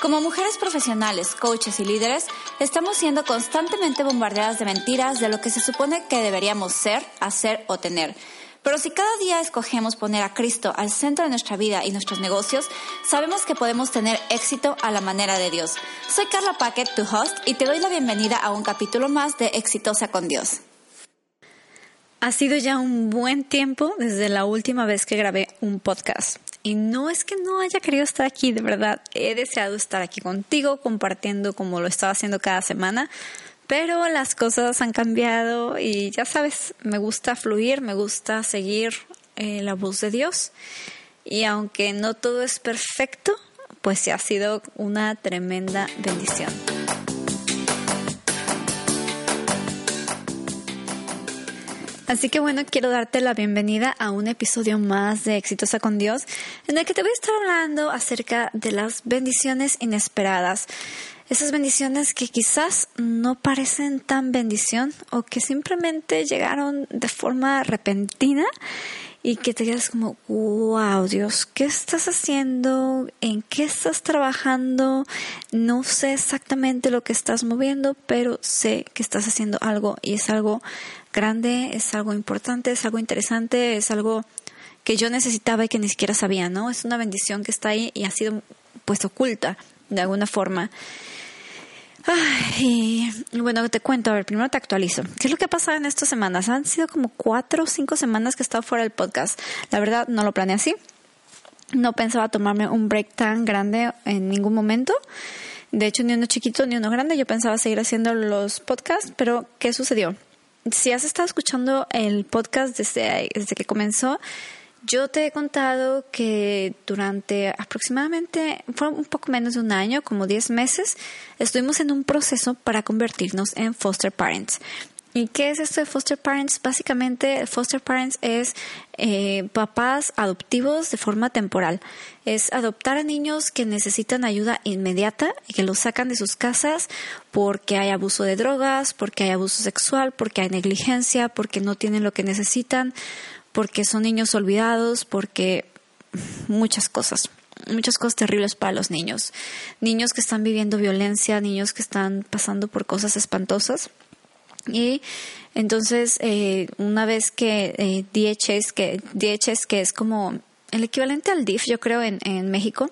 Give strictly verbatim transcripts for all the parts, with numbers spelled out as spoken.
Como mujeres profesionales, coaches y líderes, estamos siendo constantemente bombardeadas de mentiras de lo que se supone que deberíamos ser, hacer o tener. Pero si cada día escogemos poner a Cristo al centro de nuestra vida y nuestros negocios, sabemos que podemos tener éxito a la manera de Dios. Soy Carla Paquet, tu host, y te doy la bienvenida a un capítulo más de Exitosa con Dios. Ha sido ya un buen tiempo desde la última vez que grabé un podcast. Y no es que no haya querido estar aquí, de verdad. He deseado estar aquí contigo, compartiendo como lo estaba haciendo cada semana. Pero las cosas han cambiado y ya sabes, me gusta fluir, me gusta seguir eh, la voz de Dios. Y aunque no todo es perfecto, pues sí ha sido una tremenda bendición. Así que bueno, quiero darte la bienvenida a un episodio más de Exitosa con Dios, en el que te voy a estar hablando acerca de las bendiciones inesperadas. Esas bendiciones que quizás no parecen tan bendición o que simplemente llegaron de forma repentina y que te quedas como, wow, Dios, ¿qué estás haciendo? ¿En qué estás trabajando? No sé exactamente lo que estás moviendo, pero sé que estás haciendo algo y es algo grande, es algo importante, es algo interesante, es algo que yo necesitaba y que ni siquiera sabía, ¿no? Es una bendición que está ahí y ha sido pues oculta de alguna forma. Ay, y bueno, te cuento, a ver, primero te actualizo. ¿Qué es lo que ha pasado en estas semanas? Han sido como cuatro o cinco semanas que he estado fuera del podcast. La verdad, no lo planeé así. No pensaba tomarme un break tan grande en ningún momento. De hecho, ni uno chiquito ni uno grande. Yo pensaba seguir haciendo los podcasts, pero ¿qué sucedió? Si has estado escuchando el podcast desde, desde que comenzó, yo te he contado que durante aproximadamente, fue un poco menos de un año, como diez meses, estuvimos en un proceso para convertirnos en foster parents. ¿Y qué es esto de foster parents? Básicamente, foster parents es eh, papás adoptivos de forma temporal. Es adoptar a niños que necesitan ayuda inmediata y que los sacan de sus casas porque hay abuso de drogas, porque hay abuso sexual, porque hay negligencia, porque no tienen lo que necesitan, porque son niños olvidados, porque muchas cosas, muchas cosas terribles para los niños. Niños que están viviendo violencia, niños que están pasando por cosas espantosas. Y entonces, eh, una vez que eh, D H S, que D H S, que es como el equivalente al D I F, yo creo, en, en México,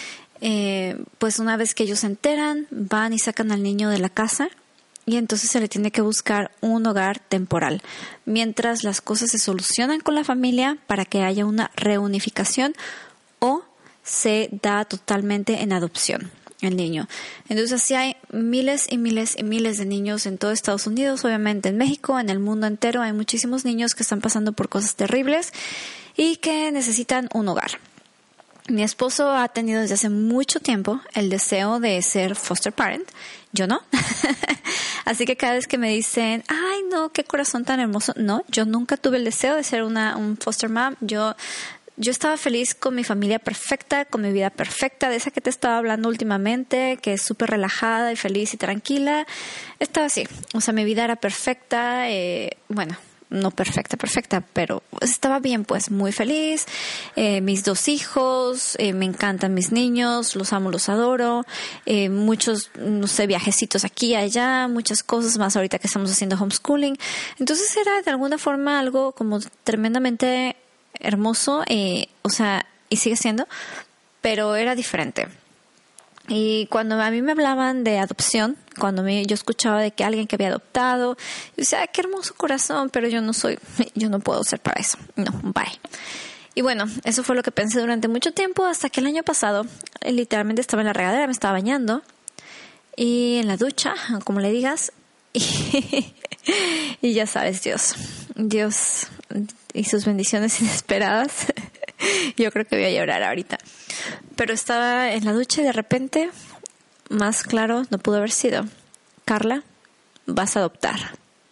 eh, pues una vez que ellos se enteran, van y sacan al niño de la casa y entonces se le tiene que buscar un hogar temporal, mientras las cosas se solucionan con la familia para que haya una reunificación o se da totalmente en adopción el niño. Entonces así hay miles y miles y miles de niños en todo Estados Unidos, obviamente en México, en el mundo entero. Hay muchísimos niños que están pasando por cosas terribles y que necesitan un hogar. Mi esposo ha tenido desde hace mucho tiempo el deseo de ser foster parent. Yo no. Así que cada vez que me dicen, ay no, qué corazón tan hermoso. No, yo nunca tuve el deseo de ser una un foster mom. Yo Yo estaba feliz con mi familia perfecta, con mi vida perfecta, de esa que te estaba hablando últimamente, que es súper relajada y feliz y tranquila. Estaba así, o sea, mi vida era perfecta, eh, bueno, no perfecta, perfecta, pero estaba bien, pues, muy feliz. Eh, mis dos hijos, eh, me encantan mis niños, los amo, los adoro. Eh, muchos, no sé, viajecitos aquí y allá, muchas cosas más ahorita que estamos haciendo homeschooling. Entonces era de alguna forma algo como tremendamente hermoso, eh, o sea, y sigue siendo, pero era diferente. Y cuando a mí me hablaban de adopción, cuando me, yo escuchaba de que alguien que había adoptado, yo decía, qué hermoso corazón, pero yo no soy, yo no puedo ser para eso. No, bye. Y bueno, eso fue lo que pensé durante mucho tiempo, hasta que el año pasado, literalmente estaba en la regadera, me estaba bañando, y en la ducha, como le digas, y, y ya sabes, Dios, Dios y sus bendiciones inesperadas. Yo creo que voy a llorar ahorita. Pero estaba en la ducha y de repente, más claro no pudo haber sido. Carla, vas a adoptar.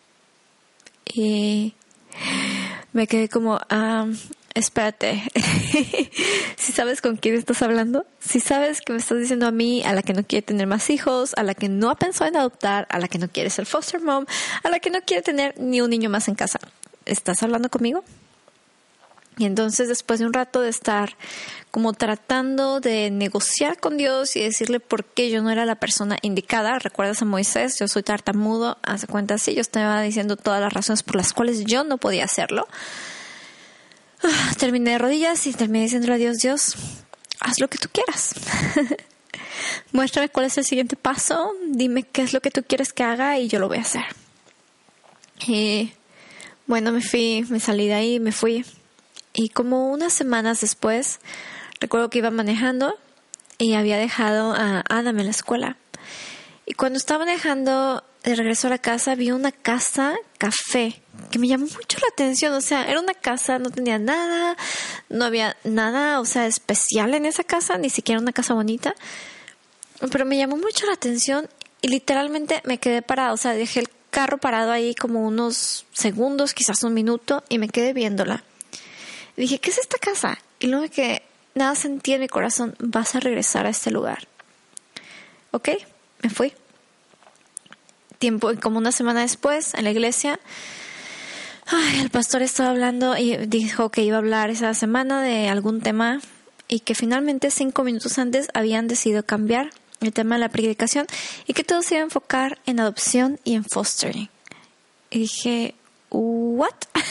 Y me quedé como, ah, espérate. ¿Sí sabes con quién estás hablando? ¿Sí sabes que me estás diciendo a mí, a la que no quiere tener más hijos, a la que no ha pensado en adoptar, a la que no quiere ser foster mom, a la que no quiere tener ni un niño más en casa? ¿Estás hablando conmigo? Y entonces después de un rato de estar como tratando de negociar con Dios y decirle por qué yo no era la persona indicada, recuerdas a Moisés, yo soy tartamudo, hace cuenta así, yo estaba diciendo todas las razones por las cuales yo no podía hacerlo. Uh, terminé de rodillas y terminé diciéndole a Dios, Dios, haz lo que tú quieras. Muéstrame cuál es el siguiente paso, dime qué es lo que tú quieres que haga y yo lo voy a hacer. Y bueno, me fui, me salí de ahí, me fui. Y como unas semanas después, recuerdo que iba manejando y había dejado a Adam en la escuela. Y cuando estaba manejando de regreso a la casa, vi una casa café que me llamó mucho la atención. O sea, era una casa, no tenía nada, no había nada, o sea, especial en esa casa, ni siquiera una casa bonita. Pero me llamó mucho la atención y literalmente me quedé parada. O sea, dejé el carro parado ahí como unos segundos, quizás un minuto, y me quedé viéndola. Y dije, ¿qué es esta casa? Y luego que nada sentí en mi corazón, vas a regresar a este lugar. Ok, me fui. Tiempo, como una semana después, en la iglesia, ay, el pastor estaba hablando y dijo que iba a hablar esa semana de algún tema y que finalmente cinco minutos antes habían decidido cambiar el tema de la predicación y que todo se iba a enfocar en adopción y en fostering. Y dije, ¿what?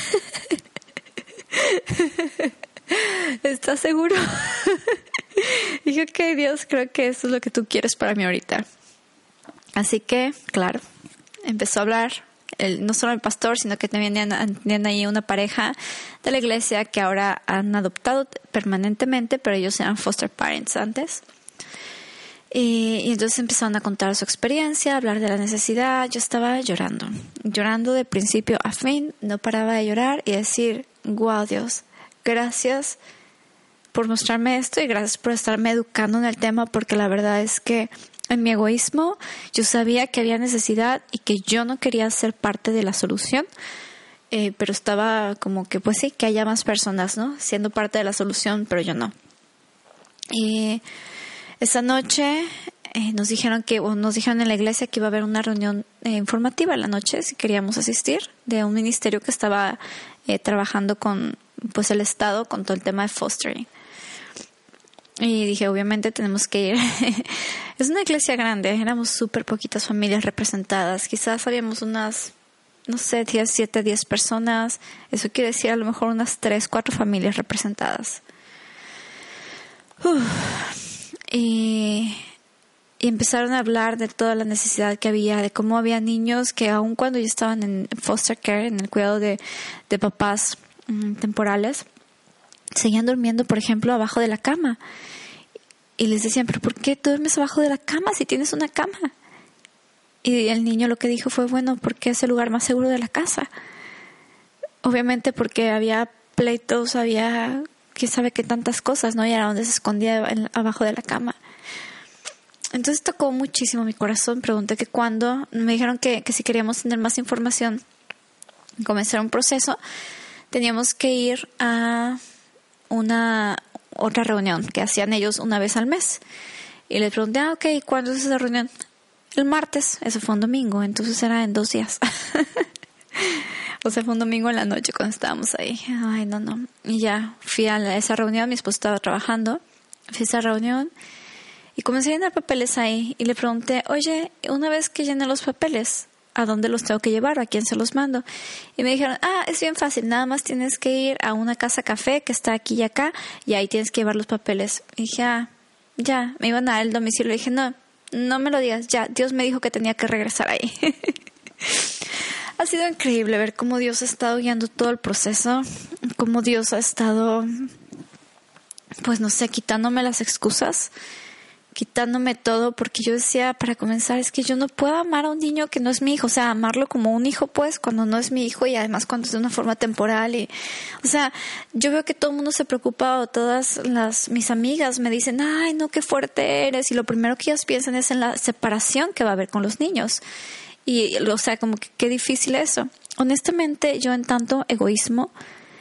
¿Estás seguro? Dije, ok, Dios, creo que eso es lo que tú quieres para mí ahorita. Así que, claro, empezó a hablar, el, no solo el pastor, sino que también tenían ahí una pareja de la iglesia que ahora han adoptado permanentemente, pero ellos eran foster parents antes. Y, y entonces empezaron a contar su experiencia, a hablar de la necesidad. Yo estaba llorando, llorando de principio a fin, no paraba de llorar y decir, wow, Dios, gracias por mostrarme esto y gracias por estarme educando en el tema, porque la verdad es que en mi egoísmo yo sabía que había necesidad y que yo no quería ser parte de la solución, eh, pero estaba como que pues sí, que haya más personas, ¿no? Siendo parte de la solución, pero yo no. Y esa noche eh, nos dijeron que, o nos dijeron en la iglesia que iba a haber una reunión eh, informativa en la noche si queríamos asistir, de un ministerio que estaba eh, trabajando con pues el Estado con todo el tema de fostering. Y dije, obviamente tenemos que ir. Es una iglesia grande, éramos súper poquitas familias representadas. Quizás habíamos unas, no sé, diez, siete, diez personas. Eso quiere decir a lo mejor unas tres, cuatro familias representadas. Uf. Y, y empezaron a hablar de toda la necesidad que había, de cómo había niños que aun cuando ya estaban en foster care, en el cuidado de, de papás mm, temporales, seguían durmiendo, por ejemplo, abajo de la cama. Y les decían, ¿pero por qué duermes abajo de la cama si tienes una cama? Y el niño lo que dijo fue, bueno, porque es el lugar más seguro de la casa. Obviamente porque había pleitos, había, quién sabe qué tantas cosas, ¿no? Y era donde se escondía en, abajo de la cama. Entonces tocó muchísimo mi corazón. Pregunté que cuándo. Me dijeron que, que si queríamos tener más información y comenzar un proceso, teníamos que ir a una otra reunión que hacían ellos una vez al mes. Y les pregunté, ah, ok, ¿cuándo es esa reunión? El martes. Eso fue un domingo, entonces era en dos días. O sea, fue un domingo en la noche cuando estábamos ahí. Ay, no, no. Y ya fui a la, esa reunión, mi esposo estaba trabajando. Fui a esa reunión y comencé a llenar papeles ahí. Y le pregunté, oye, una vez que llené los papeles, ¿a dónde los tengo que llevar o a quién se los mando? Y me dijeron, ah, es bien fácil, nada más tienes que ir a una casa café que está aquí y acá y ahí tienes que llevar los papeles. Y dije, ah, ya, me iban a dar el domicilio. Le dije, no, no me lo digas, ya, Dios me dijo que tenía que regresar ahí. Ha sido increíble ver cómo Dios ha estado guiando todo el proceso, cómo Dios ha estado, pues no sé, quitándome las excusas, quitándome todo, porque yo decía, para comenzar, es que yo no puedo amar a un niño que no es mi hijo, o sea, amarlo como un hijo, pues, cuando no es mi hijo y además cuando es de una forma temporal. Y, o sea, yo veo que todo el mundo se preocupa, o todas las mis amigas me dicen, ay, no, qué fuerte eres, y lo primero que ellas piensan es en la separación que va a haber con los niños. Y, o sea, como que qué difícil eso. Honestamente, yo en tanto egoísmo,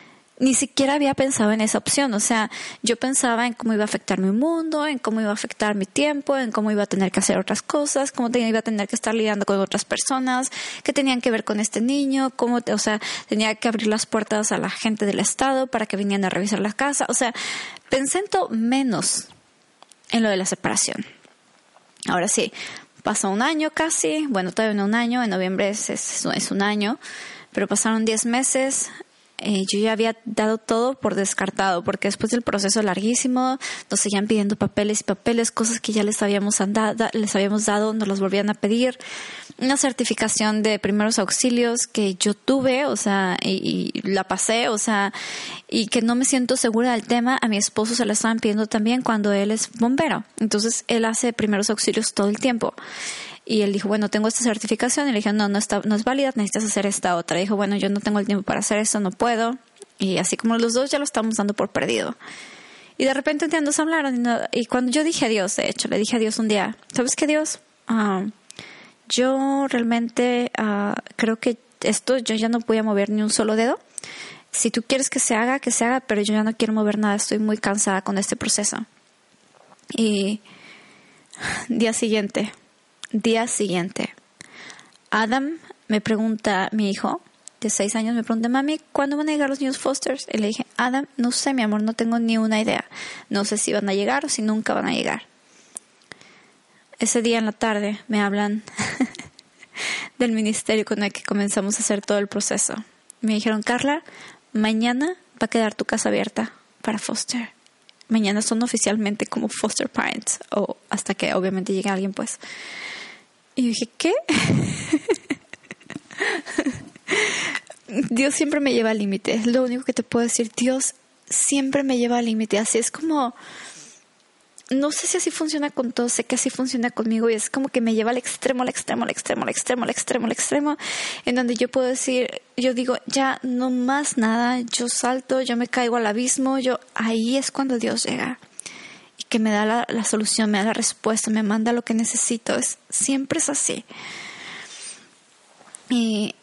ni siquiera había pensado en esa opción. O sea, yo pensaba en cómo iba a afectar mi mundo, en cómo iba a afectar mi tiempo, en cómo iba a tener que hacer otras cosas, cómo iba a tener que estar lidiando con otras personas que tenían que ver con este niño, cómo, o sea, tenía que abrir las puertas a la gente del Estado para que vinieran a revisar la casa. O sea, pensé en todo menos en lo de la separación. Ahora sí, pasó un año casi, bueno, todavía no un año, en noviembre es, es, es un año, pero pasaron diez meses. Eh, yo ya había dado todo por descartado, porque después del proceso larguísimo nos seguían pidiendo papeles y papeles, cosas que ya les habíamos, andado, les habíamos dado, nos los volvían a pedir. Una certificación de primeros auxilios que yo tuve, o sea, y, y la pasé, o sea, y que no me siento segura del tema. A mi esposo se la estaban pidiendo también cuando él es bombero. Entonces, él hace primeros auxilios todo el tiempo. Y él dijo, bueno, tengo esta certificación. Y le dije, no, no, está, no es válida, necesitas hacer esta otra. Dijo, bueno, yo no tengo el tiempo para hacer eso, no puedo. Y así como los dos ya lo estamos dando por perdido. Y de repente un día nos hablaron. Y, no, y cuando yo dije a Dios, de hecho, le dije a Dios un día, ¿sabes qué, Dios? Uh, yo realmente uh, creo que esto yo ya no voy a mover ni un solo dedo. Si tú quieres que se haga, que se haga, pero yo ya no quiero mover nada. Estoy muy cansada con este proceso. Y día siguiente... Día siguiente, Adam me pregunta, mi hijo de seis años me pregunta, mami, ¿cuándo van a llegar los niños Fosters? Y le dije, Adam, no sé, mi amor, no tengo ni una idea. No sé si van a llegar o si nunca van a llegar. Ese día en la tarde me hablan del ministerio con el que comenzamos a hacer todo el proceso. Me dijeron, Carla, mañana va a quedar tu casa abierta para Foster. Mañana son oficialmente como Foster Parents, o hasta que obviamente llegue alguien, pues. Y yo dije, ¿qué? Dios siempre me lleva al límite. Es lo único que te puedo decir. Dios siempre me lleva al límite. Así es como... No sé si así funciona con todos. Sé que así funciona conmigo. Y es como que me lleva al extremo, al extremo, al extremo, al extremo, al extremo, al extremo. En donde yo puedo decir... Yo digo, ya no más nada. Yo salto, yo me caigo al abismo. Yo Ahí es cuando Dios llega. Que me da la, la solución, me da la respuesta, me manda lo que necesito. Es, siempre es así. Y,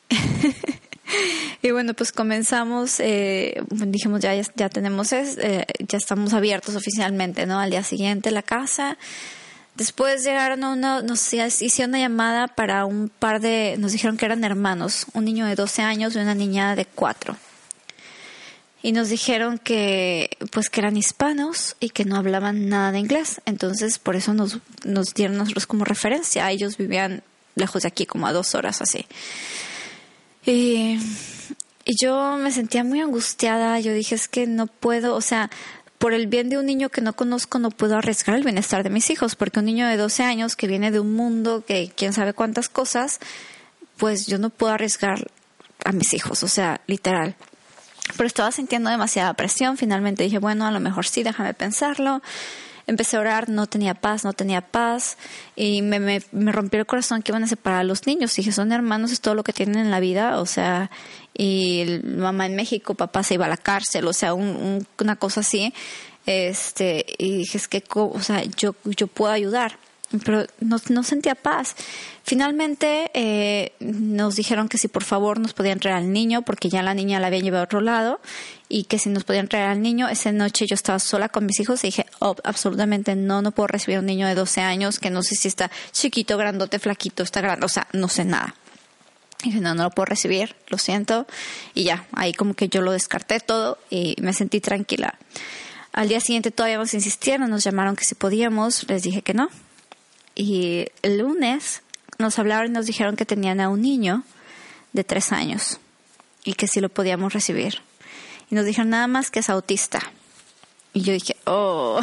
y bueno, pues comenzamos, eh, dijimos ya, ya, ya tenemos, eh, ya estamos abiertos oficialmente, ¿no? Al día siguiente la casa. Después llegaron a una, nos hicieron una llamada para un par de, nos dijeron que eran hermanos, un niño de doce años y una niña de cuatro. Y nos dijeron que pues que eran hispanos y que no hablaban nada de inglés. Entonces por eso nos, nos dieron nosotros como referencia. Ellos vivían lejos de aquí, como a dos horas así. Y, y yo me sentía muy angustiada. Yo dije, es que no puedo, o sea, por el bien de un niño que no conozco no puedo arriesgar el bienestar de mis hijos. Porque un niño de doce años que viene de un mundo que quién sabe cuántas cosas, pues yo no puedo arriesgar a mis hijos, o sea, literal. Pero estaba sintiendo demasiada presión. Finalmente dije, bueno, a lo mejor sí, déjame pensarlo. Empecé a orar, no tenía paz, no tenía paz. Y me, me, me rompió el corazón que iban a separar a los niños. Dije, son hermanos, es todo lo que tienen en la vida. O sea, y el, mamá en México, papá se iba a la cárcel. O sea, un, un, una cosa así. Este, y dije, es que, o sea, yo, yo puedo ayudar. Pero no, no sentía paz. Finalmente eh, nos dijeron que si por favor nos podían traer al niño, porque ya la niña la habían llevado a otro lado, y que si nos podían traer al niño. Esa noche yo estaba sola con mis hijos y dije, oh, absolutamente no, no puedo recibir a un niño de doce años que no sé si está chiquito, grandote, flaquito, está grande, o sea, no sé nada. Y dije, no, no lo puedo recibir, lo siento. Y ya, ahí como que yo lo descarté todo y me sentí tranquila. Al día siguiente todavía nos insistieron, nos llamaron que si podíamos, les dije que no. Y el lunes nos hablaron y nos dijeron que tenían a un niño de tres años y que sí lo podíamos recibir. Y nos dijeron nada más que es autista. Y yo dije, oh.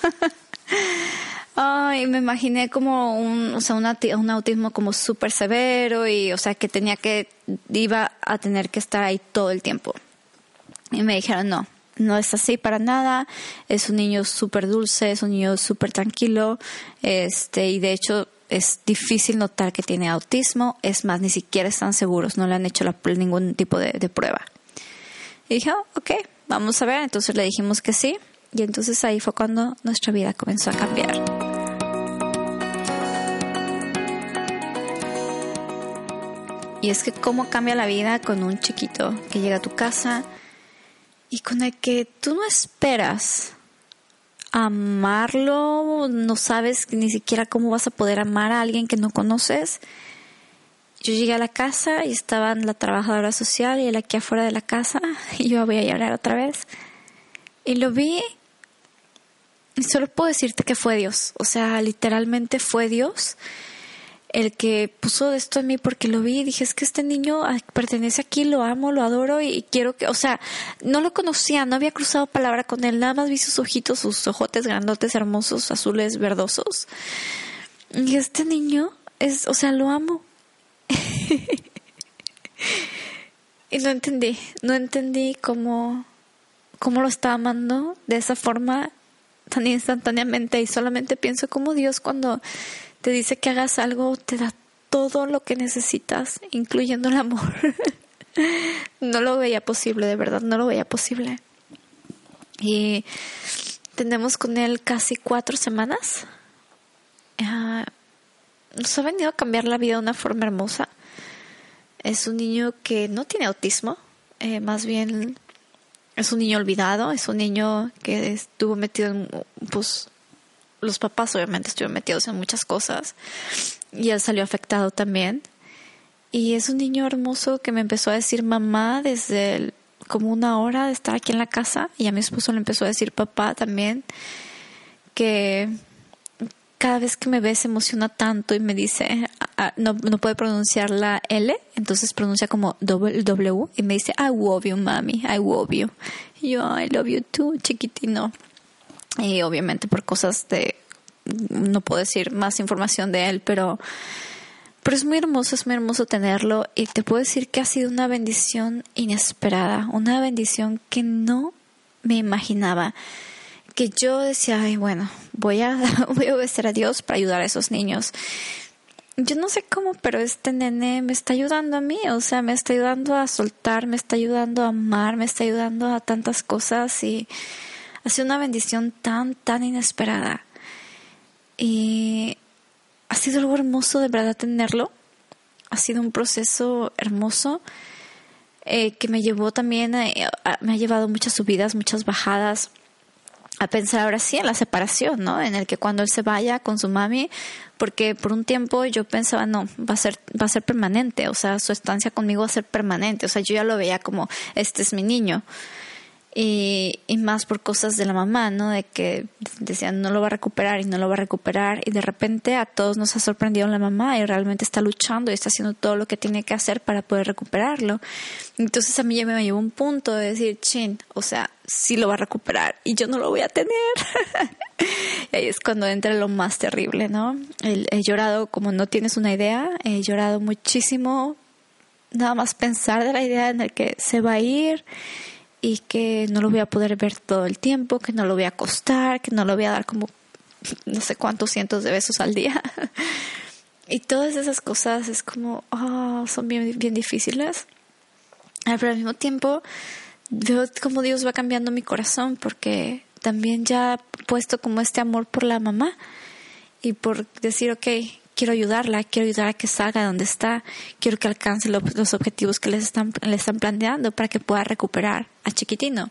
Ay, me imaginé como un, o sea, una, un autismo como súper severo y, o sea, que tenía que, iba a tener que estar ahí todo el tiempo. Y me dijeron, no. No es así para nada, es un niño súper dulce, es un niño súper tranquilo, este, y de hecho es difícil notar que tiene autismo, es más, ni siquiera están seguros, no le han hecho la, ningún tipo de, de prueba. Y dije, oh, ok, vamos a ver, entonces le dijimos que sí, y entonces ahí fue cuando nuestra vida comenzó a cambiar. Y es que cómo cambia la vida con un chiquito que llega a tu casa y con el que tú no esperas amarlo, no sabes ni siquiera cómo vas a poder amar a alguien que no conoces. Yo llegué a la casa y estaban la trabajadora social y él aquí afuera de la casa y yo voy a llorar otra vez. Y lo vi y solo puedo decirte que fue Dios. O sea, literalmente fue Dios el que puso esto en mí, porque lo vi y dije, es que este niño pertenece aquí, lo amo, lo adoro y quiero que, o sea, no lo conocía, no había cruzado palabra con él, nada más vi sus ojitos, sus ojotes grandotes, hermosos, azules, verdosos. Y este niño es, o sea, lo amo. Y no entendí, no entendí cómo, cómo lo estaba amando de esa forma tan instantáneamente, y solamente pienso como Dios cuando te dice que hagas algo, te da todo lo que necesitas, incluyendo el amor. No lo veía posible, de verdad, no lo veía posible. Y tenemos con él casi cuatro semanas. Uh, nos ha venido a cambiar la vida de una forma hermosa. Es un niño que no tiene autismo, eh, más bien es un niño olvidado, es un niño que estuvo metido en, pues, los papás obviamente estuvieron metidos en muchas cosas y él salió afectado también. Y es un niño hermoso que me empezó a decir mamá desde el, como una hora de estar aquí en la casa, y a mi esposo le empezó a decir papá también, que cada vez que me ve se emociona tanto y me dice, no, no puede pronunciar la L, entonces pronuncia como W y me dice I love you mami, I love you. Y yo I love you too, chiquitino. Y obviamente por cosas de, no puedo decir más información de él, pero, pero es muy hermoso, es muy hermoso tenerlo, y te puedo decir que ha sido una bendición inesperada, una bendición que no me imaginaba. Que yo decía, ay, bueno, voy a, voy a obedecer a Dios para ayudar a esos niños. Yo no sé cómo, pero este nene me está ayudando a mí, o sea, me está ayudando a soltar, me está ayudando a amar, me está ayudando a tantas cosas, y ha sido una bendición tan, tan inesperada. Y ha sido algo hermoso de verdad tenerlo. Ha sido un proceso hermoso eh, que me llevó también, a, a, me ha llevado muchas subidas, muchas bajadas, a pensar ahora sí en la separación, ¿no? En el que cuando él se vaya con su mami, porque por un tiempo yo pensaba, no, va a ser, va a ser permanente, o sea, su estancia conmigo va a ser permanente, o sea, yo ya lo veía como, este es mi niño. Y, y más por cosas de la mamá, ¿no? De que decían, no lo va a recuperar y no lo va a recuperar. Y de repente a todos nos ha sorprendido la mamá y realmente está luchando y está haciendo todo lo que tiene que hacer para poder recuperarlo. Entonces a mí ya me llevó un punto de decir, chin, o sea, sí lo va a recuperar y yo no lo voy a tener. Y ahí es cuando entra lo más terrible, ¿no? He, he llorado como no tienes una idea. He llorado muchísimo. Nada más pensar de la idea en la que se va a ir y que no lo voy a poder ver todo el tiempo, que no lo voy a acostar, que no lo voy a dar como no sé cuántos cientos de besos al día. Y todas esas cosas es como, oh, son bien, bien difíciles. Pero al mismo tiempo veo como Dios va cambiando mi corazón, porque también ya he puesto como este amor por la mamá y por decir, ok, quiero ayudarla, quiero ayudar a que salga de donde está, quiero que alcance lo, los objetivos que les están, le están planteando para que pueda recuperar a chiquitino.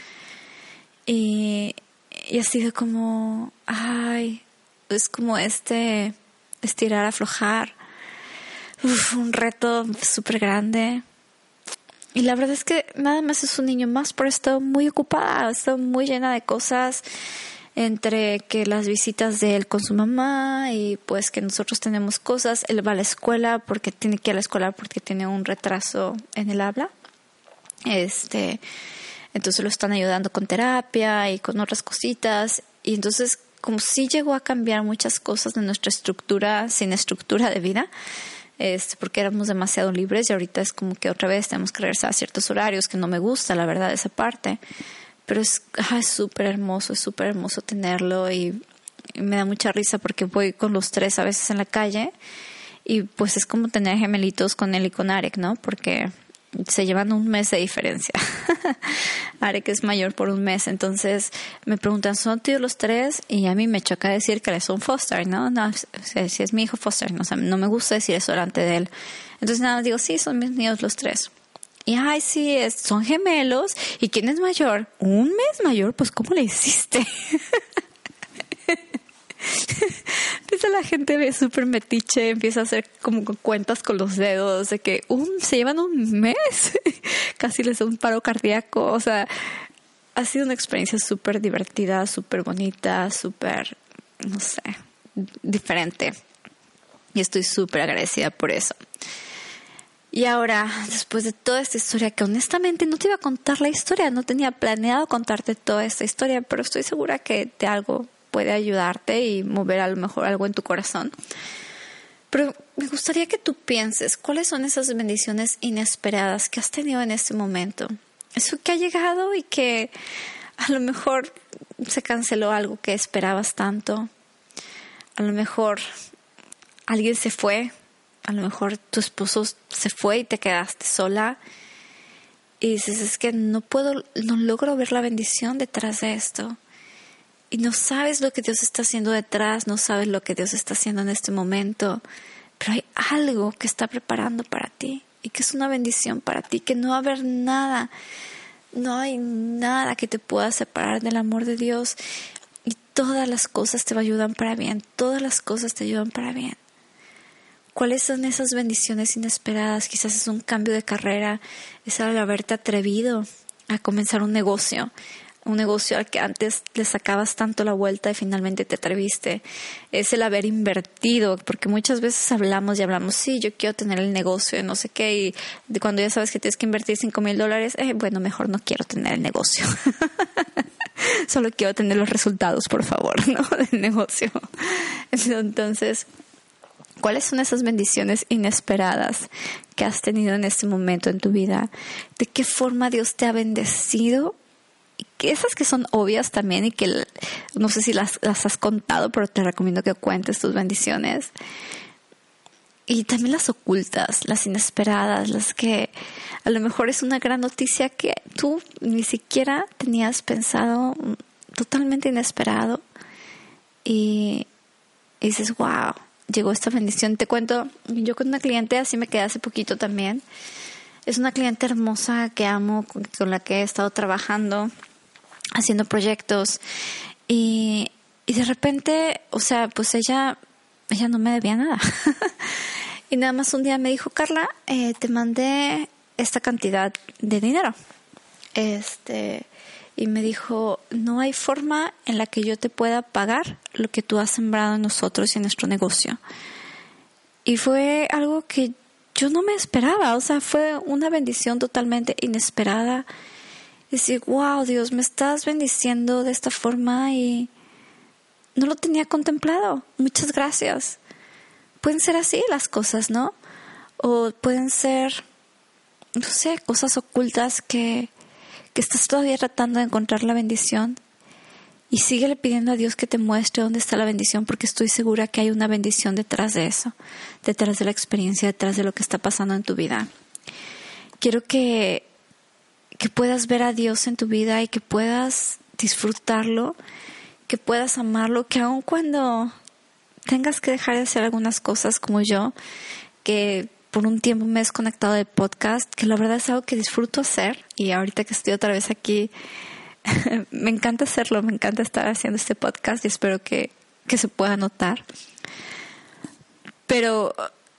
Y, y ha sido como, ay, es como este estirar, aflojar, uf, un reto súper grande. Y la verdad es que nada más es un niño más, pero he estado muy ocupada, he estado muy llena de cosas, entre que las visitas de él con su mamá y pues que nosotros tenemos cosas. Él va a la escuela porque tiene que ir a la escuela porque tiene un retraso en el habla. Este, entonces lo están ayudando con terapia y con otras cositas. Y entonces como sí llegó a cambiar muchas cosas de nuestra estructura, sin estructura de vida, este, porque éramos demasiado libres y ahorita es como que otra vez tenemos que regresar a ciertos horarios, que no me gusta la verdad esa parte. Pero es súper hermoso, es súper hermoso tenerlo y, y me da mucha risa porque voy con los tres a veces en la calle y pues es como tener gemelitos con él y con Arek, ¿no? Porque se llevan un mes de diferencia. Arek es mayor por un mes, entonces me preguntan, ¿son tíos los tres? Y a mí me choca decir que son foster, ¿no? No, si, si es mi hijo foster, no, o sea, no me gusta decir eso delante de él. Entonces nada, digo, sí, son mis niños los tres. Y ay, sí, es, son gemelos. ¿Y quién es mayor? ¿Un mes mayor? Pues, ¿cómo le hiciste? Empieza la gente ve súper metiche, empieza a hacer como cuentas con los dedos de que un, se llevan un mes. Casi les da un paro cardíaco. O sea, ha sido una experiencia súper divertida, súper bonita, súper, no sé, diferente. Y estoy súper agradecida por eso. Y ahora, después de toda esta historia, que honestamente no te iba a contar la historia, no tenía planeado contarte toda esta historia, pero estoy segura que de algo puede ayudarte y mover a lo mejor algo en tu corazón. Pero me gustaría que tú pienses, ¿cuáles son esas bendiciones inesperadas que has tenido en este momento? Eso que ha llegado y que a lo mejor se canceló algo que esperabas tanto. A lo mejor alguien se fue. A lo mejor tu esposo se fue y te quedaste sola. Y dices, es que no puedo, no logro ver la bendición detrás de esto. Y no sabes lo que Dios está haciendo detrás, no sabes lo que Dios está haciendo en este momento. Pero hay algo que está preparando para ti y que es una bendición para ti, que no va a haber nada, no hay nada que te pueda separar del amor de Dios. Y todas las cosas te ayudan para bien, todas las cosas te ayudan para bien. ¿Cuáles son esas bendiciones inesperadas? Quizás es un cambio de carrera, es el haberte atrevido a comenzar un negocio, un negocio al que antes le sacabas tanto la vuelta y finalmente te atreviste. Es el haber invertido, porque muchas veces hablamos y hablamos, sí, yo quiero tener el negocio, no sé qué, y de cuando ya sabes que tienes que invertir cinco mil dólares, eh, bueno, mejor no quiero tener el negocio. Solo quiero tener los resultados, por favor, ¿no? Del negocio. Entonces, ¿cuáles son esas bendiciones inesperadas que has tenido en este momento en tu vida? ¿De qué forma Dios te ha bendecido? Y que esas que son obvias también y que no sé si las, las has contado, pero te recomiendo que cuentes tus bendiciones. Y también las ocultas, las inesperadas, las que a lo mejor es una gran noticia que tú ni siquiera tenías pensado, totalmente inesperado. Y, y dices, wow, llegó esta bendición. Te cuento, yo con una cliente, así me quedé hace poquito también. Es una cliente hermosa que amo, con, con la que he estado trabajando, haciendo proyectos. Y, y de repente, o sea, pues ella, ella no me debía nada. Y nada más un día me dijo, Carla, eh, te mandé esta cantidad de dinero. Este, y me dijo, no hay forma en la que yo te pueda pagar lo que tú has sembrado en nosotros y en nuestro negocio. Y fue algo que yo no me esperaba, o sea, fue una bendición totalmente inesperada. Decir, wow, Dios, me estás bendiciendo de esta forma y no lo tenía contemplado. Muchas gracias. Pueden ser así las cosas, ¿no? O pueden ser, no sé, cosas ocultas que, que estás todavía tratando de encontrar la bendición. Y síguele pidiendo a Dios que te muestre dónde está la bendición, porque estoy segura que hay una bendición detrás de eso, detrás de la experiencia, detrás de lo que está pasando en tu vida. Quiero que, que puedas ver a Dios en tu vida y que puedas disfrutarlo, que puedas amarlo, que aun cuando tengas que dejar de hacer algunas cosas como yo, que por un tiempo me he desconectado del podcast, que la verdad es algo que disfruto hacer, y ahorita que estoy otra vez aquí, me encanta hacerlo, me encanta estar haciendo este podcast y espero que, que se pueda notar. Pero,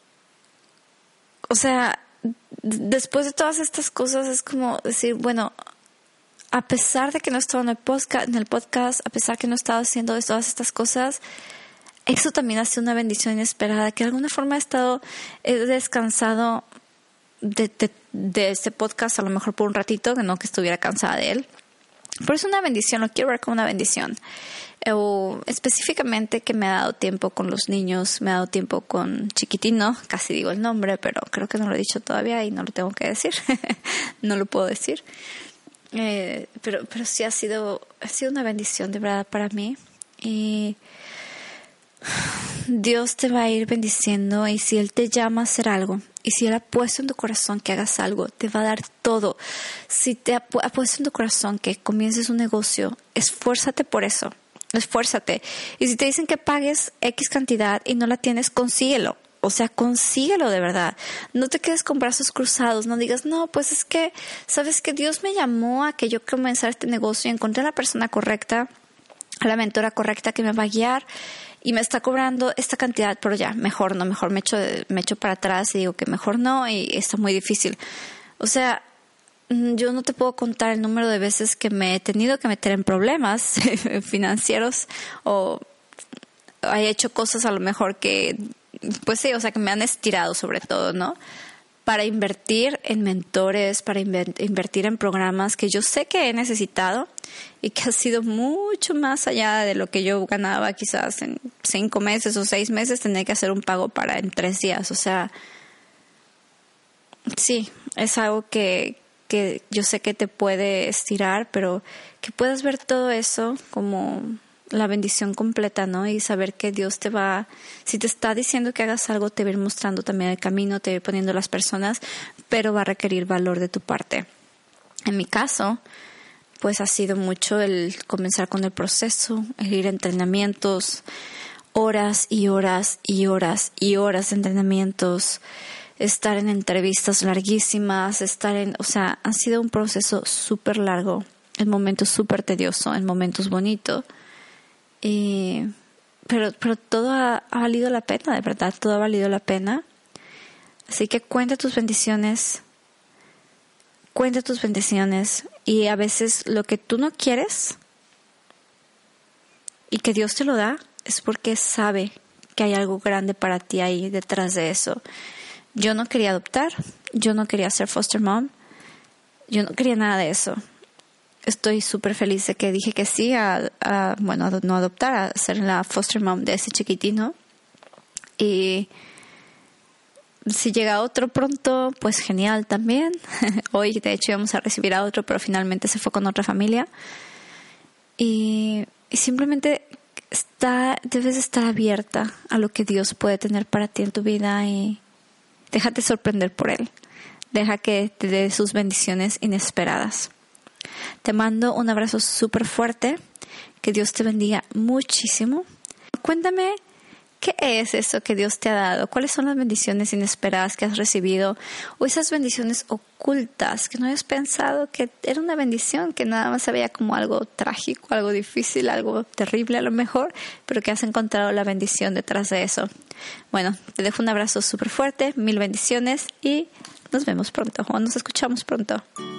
o sea, después de todas estas cosas es como decir, bueno, a pesar de que no he estado en el podcast, en el podcast, a pesar que no he estado haciendo todas estas cosas, eso también ha sido una bendición inesperada, que de alguna forma he estado, he descansado de, de, de este podcast a lo mejor por un ratito, que no que estuviera cansada de él. Pero es una bendición, lo quiero ver como una bendición. O específicamente que me ha dado tiempo con los niños, me ha dado tiempo con Chiquitino, casi digo el nombre, pero creo que no lo he dicho todavía y no lo tengo que decir, no lo puedo decir. Eh, pero, pero sí ha sido, ha sido una bendición de verdad para mí. Y Dios te va a ir bendiciendo, y si Él te llama a hacer algo, y si Él ha puesto en tu corazón que hagas algo, te va a dar todo. Si te ha, pu- ha puesto en tu corazón que comiences un negocio, esfuérzate por eso, esfuérzate. Y si te dicen que pagues X cantidad y no la tienes, consíguelo. O sea, consíguelo de verdad. No te quedes con brazos cruzados. No digas, no, pues es que, ¿sabes que Dios me llamó a que yo comenzara este negocio y encontré a la persona correcta, a la mentora correcta que me va a guiar y me está cobrando esta cantidad, pero ya, mejor no, mejor me echo, me echo para atrás y digo que mejor no y está muy difícil. O sea, yo no te puedo contar el número de veces que me he tenido que meter en problemas financieros o he hecho cosas a lo mejor que, pues sí, o sea, que me han estirado sobre todo, ¿no? Para invertir en mentores, para invertir en programas que yo sé que he necesitado y que ha sido mucho más allá de lo que yo ganaba quizás en cinco meses o seis meses, tener que hacer un pago para en tres días. O sea, sí, es algo que, que yo sé que te puede estirar, pero que puedas ver todo eso como la bendición completa, ¿no? Y saber que Dios te va, si te está diciendo que hagas algo, te va a ir mostrando también el camino, te va a ir poniendo las personas, pero va a requerir valor de tu parte. En mi caso, pues ha sido mucho el comenzar con el proceso, el ir a entrenamientos, horas y horas y horas y horas de entrenamientos, estar en entrevistas larguísimas, estar en, o sea, ha sido un proceso súper largo, en momentos súper tedioso, en momentos bonitos. Y, pero, pero todo ha, ha valido la pena, de verdad, todo ha valido la pena. Así que cuenta tus bendiciones, cuenta tus bendiciones. Y a veces lo que tú no quieres y que Dios te lo da es porque sabe que hay algo grande para ti ahí detrás de eso. Yo no quería adoptar, yo no quería ser foster mom, yo no quería nada de eso. Estoy súper feliz de que dije que sí a, a, bueno, a no adoptar, a ser la foster mom de ese chiquitino. Y si llega otro pronto, pues genial también. Hoy, de hecho, íbamos a recibir a otro, pero finalmente se fue con otra familia. Y, y simplemente está, debes estar abierta a lo que Dios puede tener para ti en tu vida y déjate sorprender por Él. Deja que te dé sus bendiciones inesperadas. Te mando un abrazo súper fuerte. Que Dios te bendiga muchísimo. Cuéntame, ¿qué es eso que Dios te ha dado? ¿Cuáles son las bendiciones inesperadas que has recibido? O esas bendiciones ocultas que no habías pensado que era una bendición, que nada más se veía como algo trágico, algo difícil, algo terrible a lo mejor, pero que has encontrado la bendición detrás de eso. Bueno, te dejo un abrazo súper fuerte, mil bendiciones y nos vemos pronto o nos escuchamos pronto.